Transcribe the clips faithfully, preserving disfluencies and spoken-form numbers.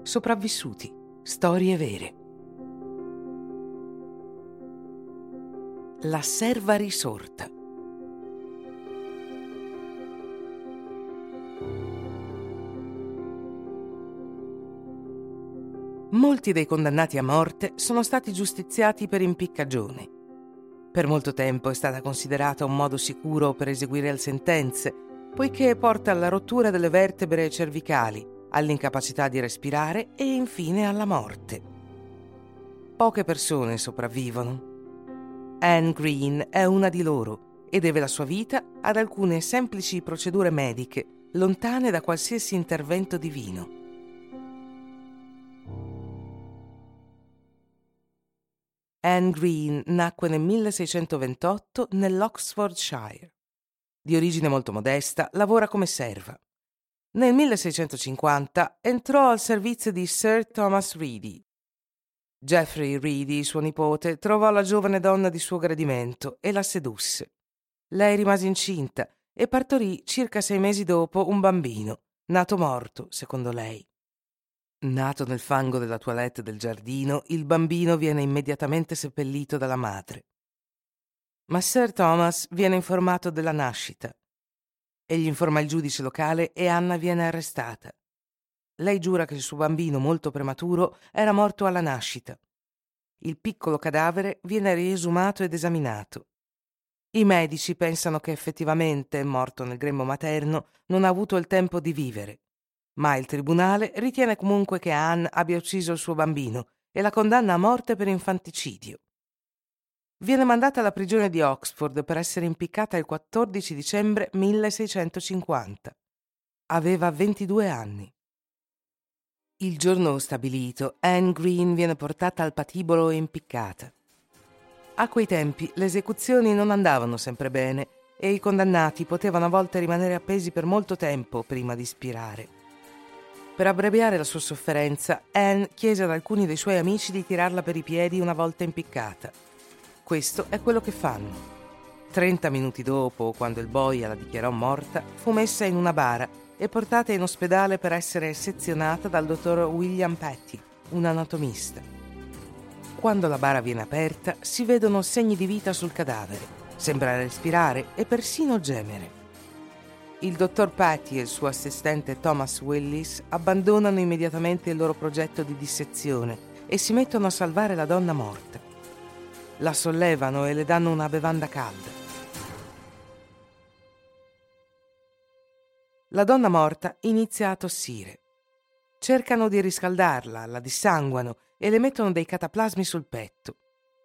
Sopravvissuti, storie vere. La serva risorta. Molti dei condannati a morte sono stati giustiziati per impiccagione. Per molto tempo è stata considerata un modo sicuro per eseguire le sentenze, poiché porta alla rottura delle vertebre cervicali, all'incapacità di respirare e infine alla morte. Poche persone sopravvivono. Anne Green è una di loro e deve la sua vita ad alcune semplici procedure mediche, lontane da qualsiasi intervento divino. Anne Green nacque nel milleseicentoventotto nell'Oxfordshire. Di origine molto modesta, lavora come serva. Nel milleseicentocinquanta entrò al servizio di Sir Thomas Reedy. Geoffrey Reedy, suo nipote, trovò la giovane donna di suo gradimento e la sedusse. Lei rimase incinta e partorì circa sei mesi dopo un bambino, nato morto, secondo lei. Nato nel fango della toilette del giardino, il bambino viene immediatamente seppellito dalla madre. Ma Sir Thomas viene informato della nascita. Egli informa il giudice locale e Anna viene arrestata. Lei giura che il suo bambino, molto prematuro, era morto alla nascita. Il piccolo cadavere viene riesumato ed esaminato. I medici pensano che effettivamente, morto nel grembo materno, non ha avuto il tempo di vivere. Ma il tribunale ritiene comunque che Anne abbia ucciso il suo bambino e la condanna a morte per infanticidio. Viene mandata alla prigione di Oxford per essere impiccata il quattordici dicembre milleseicentocinquanta. Aveva ventidue anni. Il giorno stabilito, Anne Green viene portata al patibolo e impiccata. A quei tempi le esecuzioni non andavano sempre bene e i condannati potevano a volte rimanere appesi per molto tempo prima di spirare. Per abbreviare la sua sofferenza, Anne chiese ad alcuni dei suoi amici di tirarla per i piedi una volta impiccata. Questo è quello che fanno. Trenta minuti dopo, quando il boia la dichiarò morta, fu messa in una bara e portata in ospedale per essere sezionata dal dottor William Patty, un anatomista. Quando la bara viene aperta, si vedono segni di vita sul cadavere. Sembra respirare e persino gemere. Il dottor Patty e il suo assistente Thomas Willis abbandonano immediatamente il loro progetto di dissezione e si mettono a salvare la donna morta. La sollevano e le danno una bevanda calda. La donna morta inizia a tossire. Cercano di riscaldarla, la dissanguano e le mettono dei cataplasmi sul petto.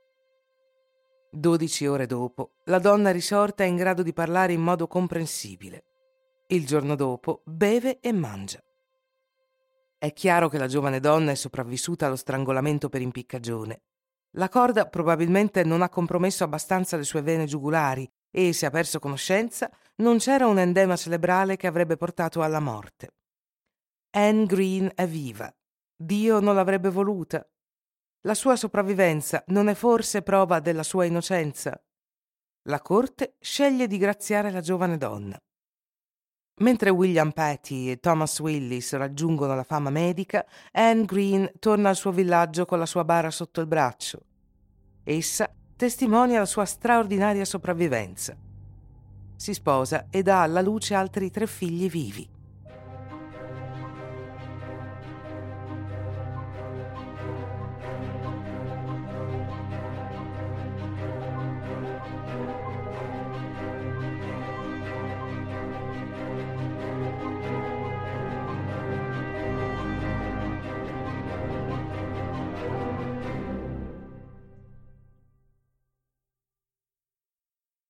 Dodici ore dopo, la donna risorta è in grado di parlare in modo comprensibile. Il giorno dopo beve e mangia. È chiaro che la giovane donna è sopravvissuta allo strangolamento per impiccagione. La corda probabilmente non ha compromesso abbastanza le sue vene giugulari e, se ha perso conoscenza, non c'era un edema cerebrale che avrebbe portato alla morte. Anne Green è viva. Dio non l'avrebbe voluta. La sua sopravvivenza non è forse prova della sua innocenza? La corte sceglie di graziare la giovane donna. Mentre William Patty e Thomas Willis raggiungono la fama medica, Anne Green torna al suo villaggio con la sua bara sotto il braccio. Essa testimonia la sua straordinaria sopravvivenza. Si sposa e dà alla luce altri tre figli vivi.